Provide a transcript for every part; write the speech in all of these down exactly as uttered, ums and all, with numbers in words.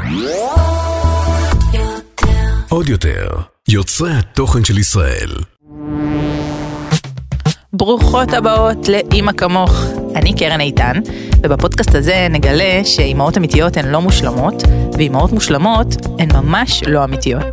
עוד יותר, יוצרי התוכן של ישראל. ברוכות הבאות לאמא כמוך. אני קרן איתן, ובפודקאסט הזה נגלה שאימהות אמיתיות הן לא מושלמות, ואימהות מושלמות הן ממש לא אמיתיות.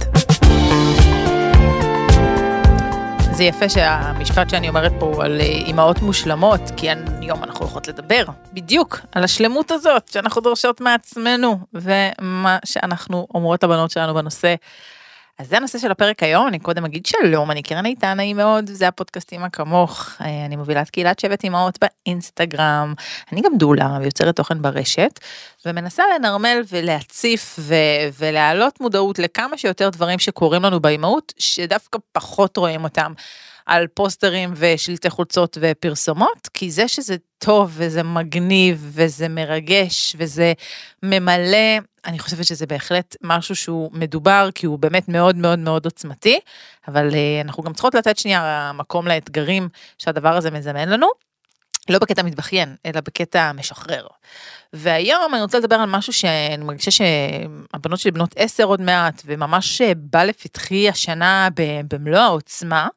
זה יפה שהמשפט שאני אומרת פה על אימהות מושלמות, כי היום אנחנו הולכות לדבר בדיוק על השלמות הזאת שאנחנו דורשות מעצמנו, ומה שאנחנו אומרות לבנות שלנו בנושא. אז זה הנושא של הפרק היום. אני קודם אגיד שלום, אני קרן איתן, נעים מאוד, זה הפודקאסט אמא כמוך, אני מובילת קהילת שבט אימהות באינסטגרם, אני גם דולה ויוצרת תוכן ברשת, ומנסה לנרמל ולהציף ו- ולהעלות מודעות לכמה שיותר דברים שקורים לנו באימהות, שדווקא פחות רואים אותם על פוסטרים ושלטי חולצות ופרסומות, כי זה שזה טוב וזה מגניב וזה מרגש וזה ממלא, אני חושבת שזה בהחלט משהו שהוא מדובר, כי הוא באמת מאוד מאוד מאוד עוצמתי, אבל אנחנו גם צריכות לתת שנייה מקום לאתגרים שהדבר הזה מזמן לנו, לא בקטע מתבכיין, אלא בקטע משחרר. והיום אני רוצה לדבר על משהו שאני מרגישה שהבנות שלי בנות עשר עוד מעט, וממש בא לפתחי השנה במלוא העוצמה,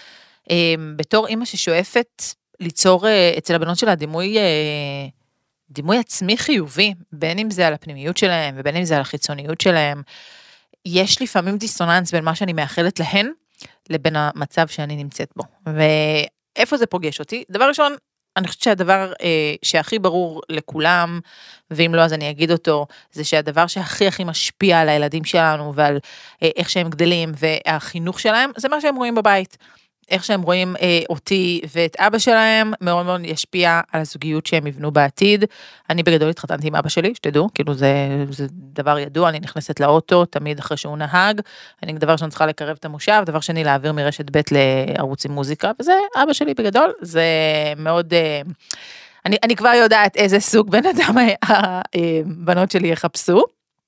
בתור אמא ששואפת ליצור אצל הבנות שלה דימוי, דימוי עצמי חיובי, בין אם זה על הפנימיות שלהם, ובין אם זה על החיצוניות שלהם, יש לפעמים דיסוננס בין מה שאני מאחלת להן, לבין המצב שאני נמצאת בו. ואיפה זה פוגש אותי? דבר ראשון, אני חושבת שהדבר אה, שהכי ברור לכולם, ואם לא אז אני אגיד אותו, זה שהדבר שהכי הכי משפיע על הילדים שלנו, ועל אה, איך שהם גדלים, והחינוך שלהם, זה מה שהם רואים בבית. איך שהם רואים אה, אותי ואת אבא שלהם, מאוד מאוד ישפיע על הזוגיות שהם יבנו בעתיד. אני בגדול התחתנתי עם אבא שלי, שתדעו, כאילו זה, זה דבר ידוע, אני נכנסת לאוטו, תמיד אחרי שהוא נהג, אני דבר שאני צריכה לקרב את המושב, דבר שני להעביר מרשת ב' לערוצים מוזיקה, וזה אבא שלי בגדול, זה מאוד, אה, אני, אני כבר יודעת איזה סוג בן אדם הבנות שלי יחפשו,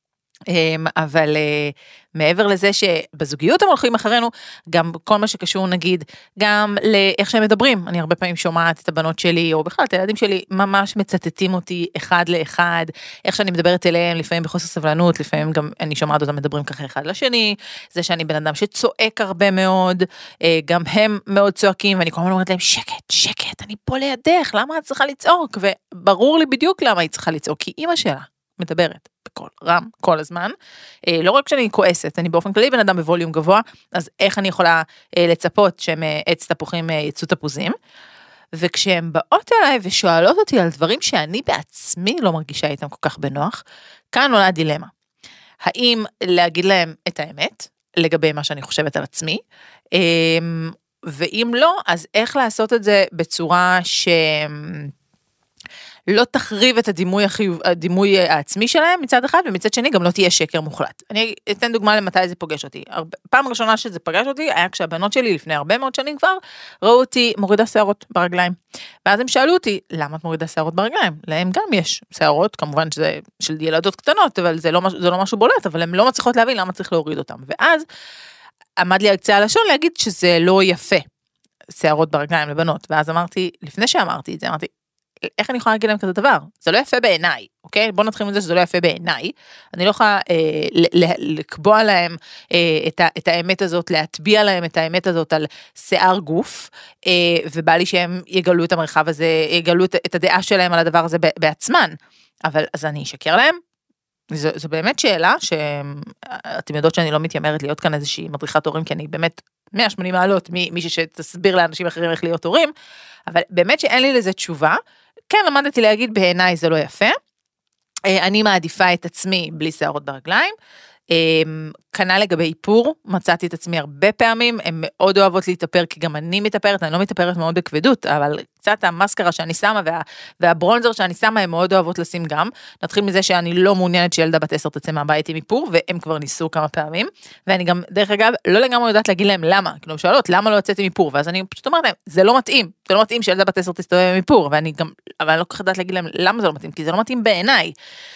אבל מעבר לזה שבזוגיות הם הולכים אחרינו, גם כל מה שקשור נגיד, גם לאיך שהם מדברים, אני הרבה פעמים שומעת את הבנות שלי, או בכלל את הילדים שלי, ממש מצטטים אותי אחד לאחד, איך שאני מדברת אליהם, לפעמים בחוסר סבלנות, לפעמים גם אני שומעת אותם מדברים ככה אחד לשני, זה שאני בן אדם שצועק הרבה מאוד, גם הם מאוד צועקים, ואני כל הזמן אומרת להם, שקט, שקט, אני פה לידך, למה את צריכה לצעוק? וברור לי בדיוק למה היא צריכה לצעוק, כי אמא שלה מדברת בכל רם, כל הזמן, לא רק שאני כועסת, אני באופן כללי בן אדם בווליום גבוה, אז איך אני יכולה לצפות שהם עץ תפוחים יצאו תפוזים, וכשהם באות אליי ושואלות אותי על דברים שאני בעצמי לא מרגישה איתם כל כך בנוח, כאן עולה דילמה, האם להגיד להם את האמת, לגבי מה שאני חושבת על עצמי, ואם לא, אז איך לעשות את זה בצורה ש... לא תחריב את הדימוי, החיוב, הדימוי העצמי שלהם מצד אחד, ומצד שני גם לא תהיה שקר מוחלט. אני אתן דוגמה למתי זה פוגש אותי. פעם ראשונה שזה פגש אותי, היה כשהבנות שלי לפני הרבה מאוד שנים כבר, ראו אותי מורידה שערות ברגליים. ואז הם שאלו אותי, למה את מורידה שערות ברגליים? להם גם יש שערות, כמובן שזה של ילדות קטנות, אבל זה לא, זה לא משהו בולט, אבל הן לא מצליחות להבין למה צריך להוריד אותם. ואז עמד לי על קצה הלשון להגיד שזה לא יפה, שערות ברגליים לבנות. ואז אמרתי, לפני שאמרתי את זה, אמרתי, איך אני יכולה להגיד להם כזה דבר? זה לא יפה בעיניי, אוקיי? בואו נתחיל מזה שזה לא יפה בעיניי. אני לא יכולה אה, לקבוע להם אה, את, ה, את האמת הזאת, להטביע להם את האמת הזאת על שיער גוף, אה, ובא לי שהם יגלו את המרחב הזה, יגלו את, את הדעה שלהם על הדבר הזה בעצמן. אבל אז אני אשקר להם? זו, זו באמת שאלה שאתם יודעות שאני לא מתיימרת להיות כאן איזושהי מדריכת הורים, כי אני באמת מאה ושמונים מעלות, מישהו שתסביר לאנשים אחרים איך להיות הורים, אבל באמת שאין לי לזה תשובה. כן, למדתי להגיד, בעיניי זה לא יפה, אני מעדיפה את עצמי בלי שערות ברגליים, כנ"ל לגבי איפור, מצאתי את עצמי הרבה פעמים, הן מאוד אוהבות להתאפר, כי גם אני מתאפרת, אני לא מתאפרת מאוד בכבדות, אבל קצת המסקרה שאני שמה, וה, והברונזר שאני שמה, הן מאוד אוהבות לשים גם. נתחיל מזה שאני לא מעוניינת שילדה בת עשר תצא מהבית עם איפור, והם כבר ניסו כמה פעמים, ואני גם, דרך אגב, לא לגמרי יודעת להגיד להם למה, כאילו שאלות, למה לא יצאת עם איפור, ואז אני פשוט אומרת להם, זה לא מתאים, זה לא מתאים שילדה בת עשר תסתובב עם איפור, ואני גם, אבל אני לא כל כך יודעת להגיד להם למה זה לא מתאים, כי זה לא מתאים בעיניי.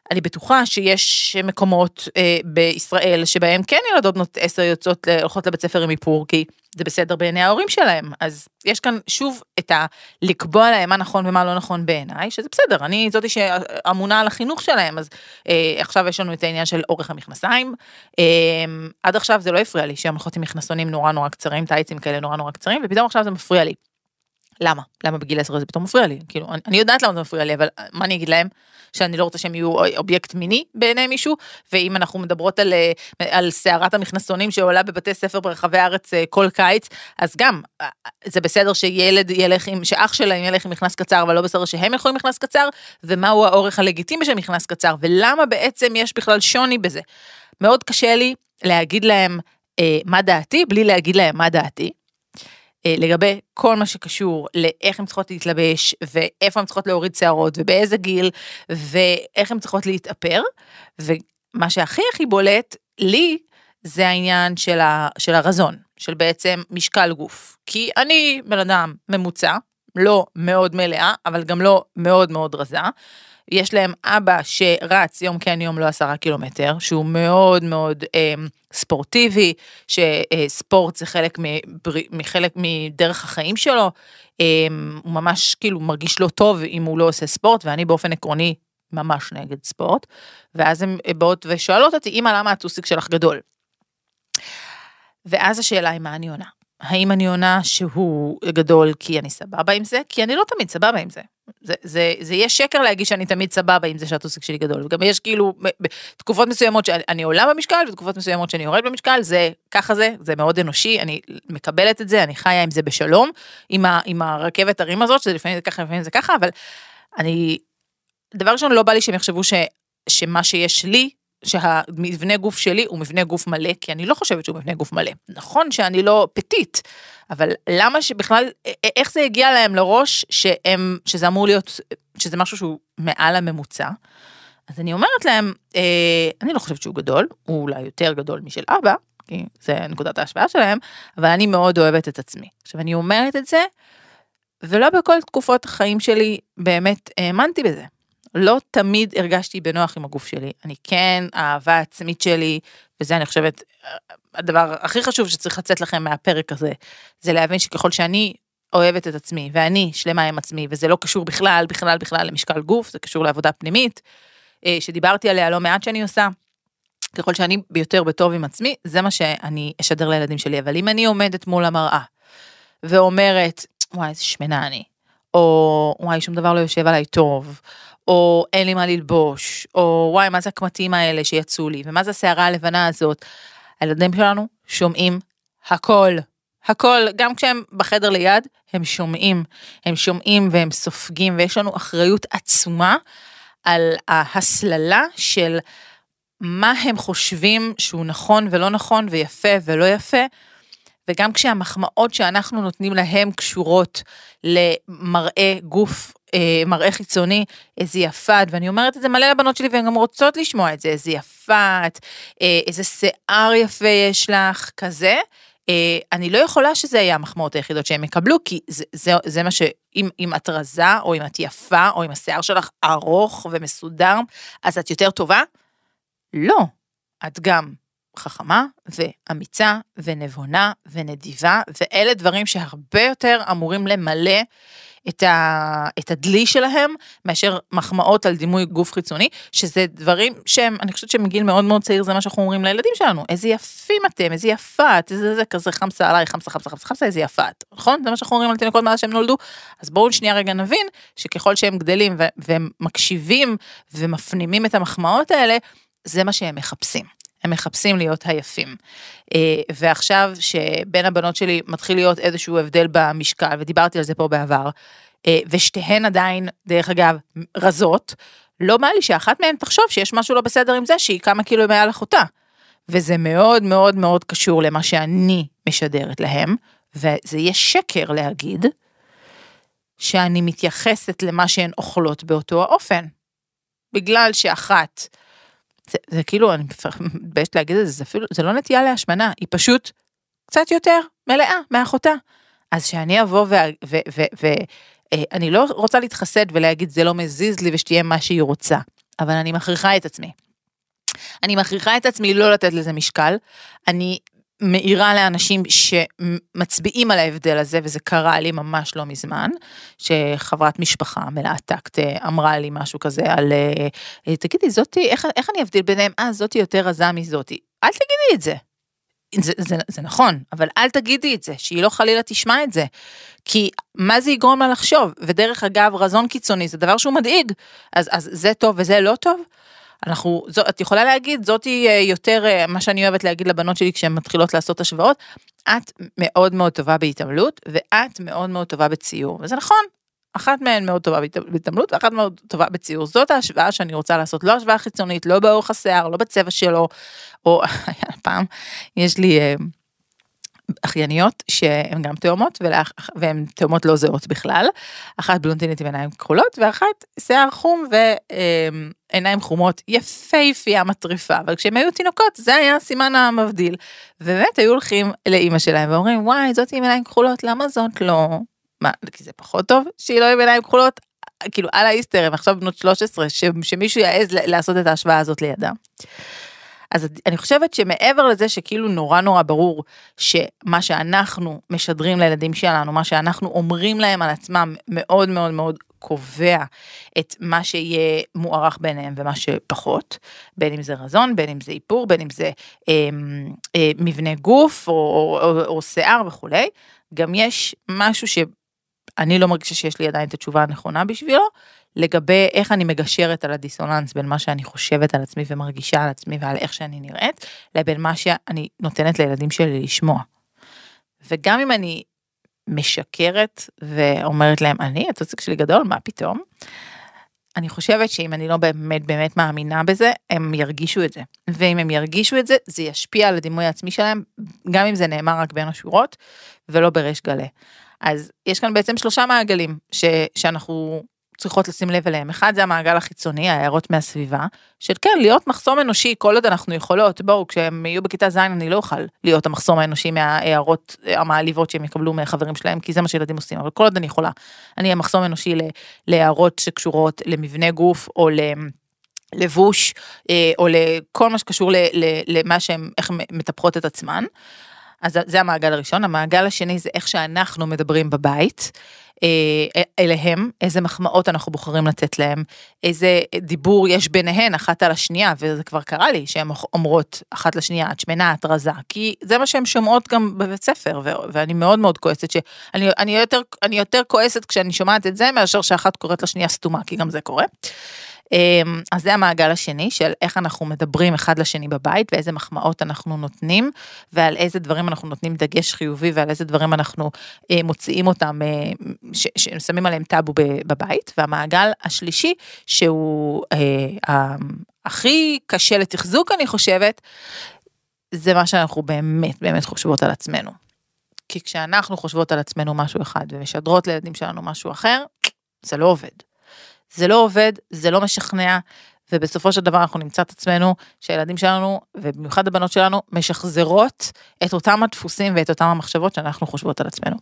אני בטוחה שיש מקומות אה, בישראל שבהם כן ילדות בנות עשר יוצאות, הולכות לבית ספר עם איפור, כי זה בסדר בעיני ההורים שלהם. אז יש כאן שוב את ה... לקבוע להם מה נכון ומה לא נכון בעיניי, שזה בסדר, אני זאתי שאמונה על החינוך שלהם, אז אה, עכשיו יש לנו את העניין של אורך המכנסיים, אה, עד עכשיו זה לא הפריע לי, שהן הולכות עם מכנסונים נורא נורא קצרים, טייצים כאלה נורא נורא קצרים, ופתאום עכשיו זה מפריע לי. למה? למה בגיל עשר זה פתאום מפריע לי? כאילו, אני, אני יודעת למה זה מפריע לי, אבל מה אני אגיד להם? שאני לא רוצה שהם יהיו אובייקט מיני בעיני מישהו, ואם אנחנו מדברות על, על סערת המכנסונים שעולה בבתי ספר ברחבי הארץ כל קיץ, אז גם, זה בסדר שילד ילך עם, שאח שלהם ילך עם מכנס קצר, אבל לא בסדר שהם ילכו עם מכנס קצר, ומהו האורך הלגיטימי של מכנס קצר, ולמה בעצם יש בכלל שוני בזה. מאוד קשה לי להגיד להם אה, מה דעתי, בלי להגיד להם מה דעתי. לגבי כל מה שקשור לאיך הן צריכות להתלבש, ואיפה הן צריכות להוריד שערות, ובאיזה גיל, ואיך הן צריכות להתאפר, ומה שהכי הכי בולט לי, זה העניין של, ה, של הרזון, של בעצם משקל גוף, כי אני בן אדם ממוצע, לא מאוד מלאה, אבל גם לא מאוד מאוד רזה, יש להם אבא שרץ יום כן יום לא עשרה קילומטר, שהוא מאוד מאוד אה, ספורטיבי, שספורט זה חלק, מבר... מחלק מדרך החיים שלו, אה, הוא ממש כאילו מרגיש לא טוב אם הוא לא עושה ספורט, ואני באופן עקרוני ממש נגד ספורט, ואז הן באות ושואלות אותי, אמא למה הטוסיק שלך גדול? ואז השאלה היא מה אני עונה. האם אני עונה שהוא גדול כי אני סבבה עם זה? כי אני לא תמיד סבבה עם זה. זה, זה, זה יהיה שקר להגיד שאני תמיד סבבה עם זה שהטוסיק שלי גדול. וגם יש כאילו, בתקופות מסוימות שאני עולה במשקל, ותקופות מסוימות שאני יורד במשקל, זה, ככה זה, זה מאוד אנושי, אני מקבלת את זה, אני חיה עם זה בשלום, עם, ה, עם הרכבת הרים הזאת, שזה לפעמים זה ככה, לפעמים זה ככה, אבל אני, דבר ראשון לא בא לי שהם יחשבו ש, שמה שיש לי, שהמבנה גוף שלי הוא מבנה גוף מלא, כי אני לא חושבת שהוא מבנה גוף מלא. נכון שאני לא פטית, אבל למה שבכלל, איך זה הגיע להם לראש, שהם, שזה אמור להיות, שזה משהו שהוא מעל הממוצע? אז אני אומרת להם, אה, אני לא חושבת שהוא גדול, הוא אולי יותר גדול משל אבא, כי זה נקודת ההשוואה שלהם, אבל אני מאוד אוהבת את עצמי. עכשיו אני אומרת את זה, ולא בכל תקופות החיים שלי באמת האמנתי בזה. לא תמיד הרגשתי בנוח עם הגוף שלי, אני כן, האהבה העצמית שלי, וזה אני חושבת, הדבר הכי חשוב שצריך לצאת לכם מהפרק הזה, זה להבין שככל שאני אוהבת את עצמי, ואני שלמה עם עצמי, וזה לא קשור בכלל, בכלל, בכלל למשקל גוף, זה קשור לעבודה פנימית, שדיברתי עליה לא מעט שאני עושה, ככל שאני ביותר בטוב עם עצמי, זה מה שאני אשדר לילדים שלי, אבל אם אני עומדת מול המראה, ואומרת, וואי, איזה שמנה אני, או וואי, שום דבר לא יושב עליי טוב, או אין לי מה ללבוש, או וואי, מה זה הקמטים האלה שיצאו לי, ומה זה השערה הלבנה הזאת, הילדים שלנו שומעים הכל, הכל, גם כשהם בחדר ליד, הם שומעים, הם שומעים והם סופגים, ויש לנו אחריות עצומה, על ההסללה של מה הם חושבים שהוא נכון ולא נכון, ויפה ולא יפה, וגם כשהמחמאות שאנחנו נותנים להם קשורות למראה גוף, מראה חיצוני, איזה יפת, ואני אומרת את זה מלא לבנות שלי, והן גם רוצות לשמוע את זה, איזה יפת, איזה שיער יפה יש לך, כזה, אני לא יכולה שזה יהיה המחמאות היחידות שהם יקבלו, כי זה, זה, זה מה שאם, אם את רזה, או אם את יפה, או אם השיער שלך ארוך ומסודר, אז את יותר טובה? לא, את גם חכמה ואמיצה ונבונה ונדיבה, ואלה דברים שהרבה יותר אמורים למלא את, ה, את הדלי שלהם, מאשר מחמאות על דימוי גוף חיצוני, שזה דברים שהם, אני חושבת שמגיל מאוד מאוד צעיר, זה מה שאנחנו אומרים לילדים שלנו, איזה יפים אתם, איזה יפת, איזה זה כזה חמסה עליי, חמסה, חמסה, חמסה, חמסה, איזה יפת, נכון? זה מה שאנחנו אומרים על תינוקות מאז שהם נולדו, אז בואו שנייה רגע נבין, שככל שהם גדלים ו- והם מקשיבים ומפנימים את המחמאות האלה, זה מה שהם מחפשים. הם מחפשים להיות היפים. ועכשיו שבין הבנות שלי מתחיל להיות איזשהו הבדל במשקל, ודיברתי על זה פה בעבר, ושתיהן עדיין, דרך אגב, רזות, לא בא לי שאחת מהן תחשוב שיש משהו לא בסדר עם זה, שהיא כמה קילו מעל אחותה. וזה מאוד מאוד מאוד קשור למה שאני משדרת להם, וזה יהיה שקר להגיד, שאני מתייחסת למה שהן אוכלות באותו האופן. בגלל שאחת, זה, זה כאילו, אני מביישת להגיד את זה, זה אפילו, זה לא נטייה להשמנה, היא פשוט קצת יותר מלאה מאחותה. אז שאני אבוא ו... ו, ו, ו אני לא רוצה להתחסד ולהגיד, זה לא מזיז לי ושתהיה מה שהיא רוצה. אבל אני מכריחה את עצמי. אני מכריחה את עצמי לא לתת לזה משקל, אני מאירה לאנשים שמצביעים על ההבדל הזה, וזה קרה לי ממש לא מזמן, שחברת משפחה מלהטקט אמרה לי משהו כזה על, תגידי, זאתי, איך, איך אני אבדיל ביניהם? אה, זאתי יותר רזה מזאתי. אל תגידי את זה. זה, זה, זה נכון, אבל אל תגידי את זה, שהיא לא חלילה תשמע את זה, כי מה זה יגרום לה לחשוב? ודרך אגב, רזון קיצוני, זה דבר שהוא מדאיג, אז, אז זה טוב וזה לא טוב? אנחנו, זו, את יכולה להגיד, זאת היא יותר, מה שאני אוהבת להגיד לבנות שלי, כשהן מתחילות לעשות השוואות, את מאוד מאוד טובה בהתעמלות, ואת מאוד מאוד טובה בציור, וזה נכון, אחת מהן מאוד טובה בהתעמלות, ואחת מאוד טובה בציור, זאת ההשוואה שאני רוצה לעשות, לא השוואה חיצונית, לא באורך השיער, לא בצבע שלו, או, פעם, יש לי אחייניות, שהן גם תאומות, והן תאומות לא זהות בכלל, אחת בלונדינית עם עיניים כחולות, ואחת שיער חום ועיניים חומות, יפהפייה מטריפה, אבל כשהם היו תינוקות, זה היה הסימן המבדיל, ובאמת היו הולכים לאמא שלהם, ואומרים, וואי, זאת עם עיניים כחולות, למה זאת לא? מה, כי זה פחות טוב, שהיא לא עם עיניים כחולות, כאילו על האיסטר, הם עכשיו בנות שלוש עשרה, שמישהו יעז לעשות את ההשוואה הזאת לידם. אז אני חושבת שמעבר לזה שכאילו נורא נורא ברור שמה שאנחנו משדרים לילדים שלנו, מה שאנחנו אומרים להם על עצמם מאוד מאוד מאוד קובע את מה שיהיה מוערך ביניהם ומה שפחות, בין אם זה רזון, בין אם זה איפור, בין אם זה אה, אה, מבנה גוף או, או, או, או שיער וכולי, גם יש משהו שאני לא מרגישה שיש לי עדיין את התשובה הנכונה בשבילו, לגבי איך אני מגשרת על הדיסוננס בין מה שאני חושבת על עצמי ומרגישה על עצמי ועל איך שאני נראית, לבין מה שאני נותנת לילדים שלי לשמוע. וגם אם אני משקרת ואומרת להם, אני, התוצק שלי גדול, מה פתאום? אני חושבת שאם אני לא באמת באמת מאמינה בזה, הם ירגישו את זה. ואם הם ירגישו את זה, זה ישפיע על הדימוי העצמי שלהם, גם אם זה נאמר רק בין השורות, ולא בריש גלי. אז יש כאן בעצם שלושה מעגלים ש, שאנחנו צריכות לשים לב אליהם. אחד זה המעגל החיצוני, ההערות מהסביבה, של כן, להיות מחסום אנושי, כל עוד אנחנו יכולות, בואו, כשהם יהיו בכיתה ז' אני לא אוכל להיות המחסום האנושי מההערות המעליבות שהם יקבלו מהחברים שלהם, כי זה מה שילדים עושים, אבל כל עוד אני יכולה. אני המחסום אנושי להערות שקשורות למבנה גוף, או לבוש, או לכל מה שקשור למה שהם, איך מטפחות את עצמן. אז זה המעגל הראשון. המעגל השני זה איך שאנחנו מדברים בבית, אליהם, איזה מחמאות אנחנו בוחרים לתת להם, איזה דיבור יש ביניהן אחת על השנייה, וזה כבר קרה לי, שהן אומרות אחת לשנייה, את שמנה, את רזה, כי זה מה שהן שומעות גם בבית ספר, ואני מאוד מאוד כועסת, שאני אני יותר, אני יותר כועסת כשאני שומעת את זה, מאשר שאחת קוראת לשנייה סתומה, כי גם זה קורה. אז זה המעגל השני של איך אנחנו מדברים אחד לשני בבית, ואיזה מחמאות אנחנו נותנים, ועל איזה דברים אנחנו נותנים דגש חיובי, ועל איזה דברים אנחנו מוציאים אותם, ששמים עליהם טאבו בבית, והמעגל השלישי, שהוא הכי קשה לתחזוק, אני חושבת, זה מה שאנחנו באמת באמת חושבות על עצמנו. כי כשאנחנו חושבות על עצמנו משהו אחד, ומשדרות לילדים שלנו משהו אחר, זה לא עובד. זה לא עובד, זה לא משכנע, ובסופו של דבר אנחנו נמצא את עצמנו, שהילדים שלנו, ובמיוחד הבנות שלנו, משחזרות את אותם הדפוסים, ואת אותם המחשבות שאנחנו חושבות על עצמנו.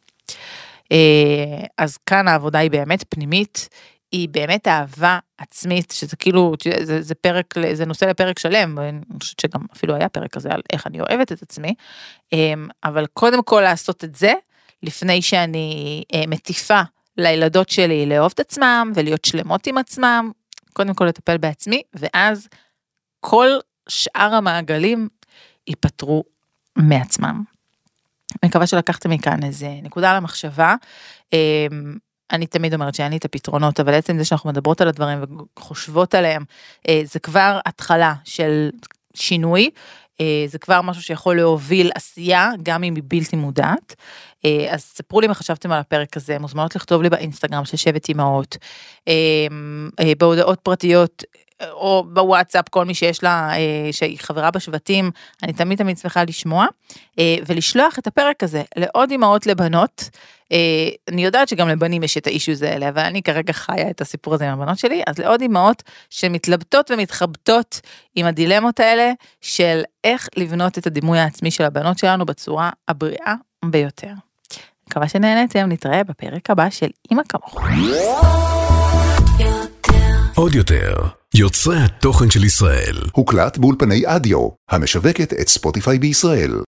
אז כאן העבודה היא באמת פנימית, היא באמת אהבה עצמית, שזה כאילו, זה, זה פרק, זה נושא לפרק שלם, ואני חושבת שגם אפילו היה פרק כזה, על איך אני אוהבת את עצמי, אבל קודם כל לעשות את זה, לפני שאני מטיפה, לילדות שלי לאהוב את עצמם, ולהיות שלמות עם עצמם, קודם כל לטפל בעצמי, ואז כל שאר המעגלים ייפטרו מעצמם. אני מקווה שלקחתם מכאן איזה נקודה למחשבה, אני תמיד אומרת שאין לי את הפתרונות, אבל בעצם זה שאנחנו מדברות על הדברים וחושבות עליהם, זה כבר התחלה של שינוי, זה כבר משהו שיכול להוביל עשייה, גם אם היא בלתי מודעת. אז ספרו לי מה חשבתם על הפרק הזה, מוזמנות לכתוב לי באינסטגרם של שבט אמהות, בהודעות פרטיות, או בוואטסאפ, כל מי שיש לה, שהיא חברה בשבטים, אני תמיד תמיד שמחה לשמוע, ולשלוח את הפרק הזה לעוד אמהות לבנות, אני יודעת שגם לבנים יש את האישוז האלה, אבל אני כרגע חיה את הסיפור הזה עם הבנות שלי, אז לעוד אמהות שמתלבטות ומתחבטות עם הדילמות האלה, של איך לבנות את הדימוי העצמי של הבנות שלנו בצורה הבריאה ביותר. מקווה שנהנתם, נתראה בפרק הבא של אמא כמוך. עוד יותר, יוצרי התוכן של ישראל. הוקלט באולפני אדיו, המשווקת את ספוטיפיי בישראל.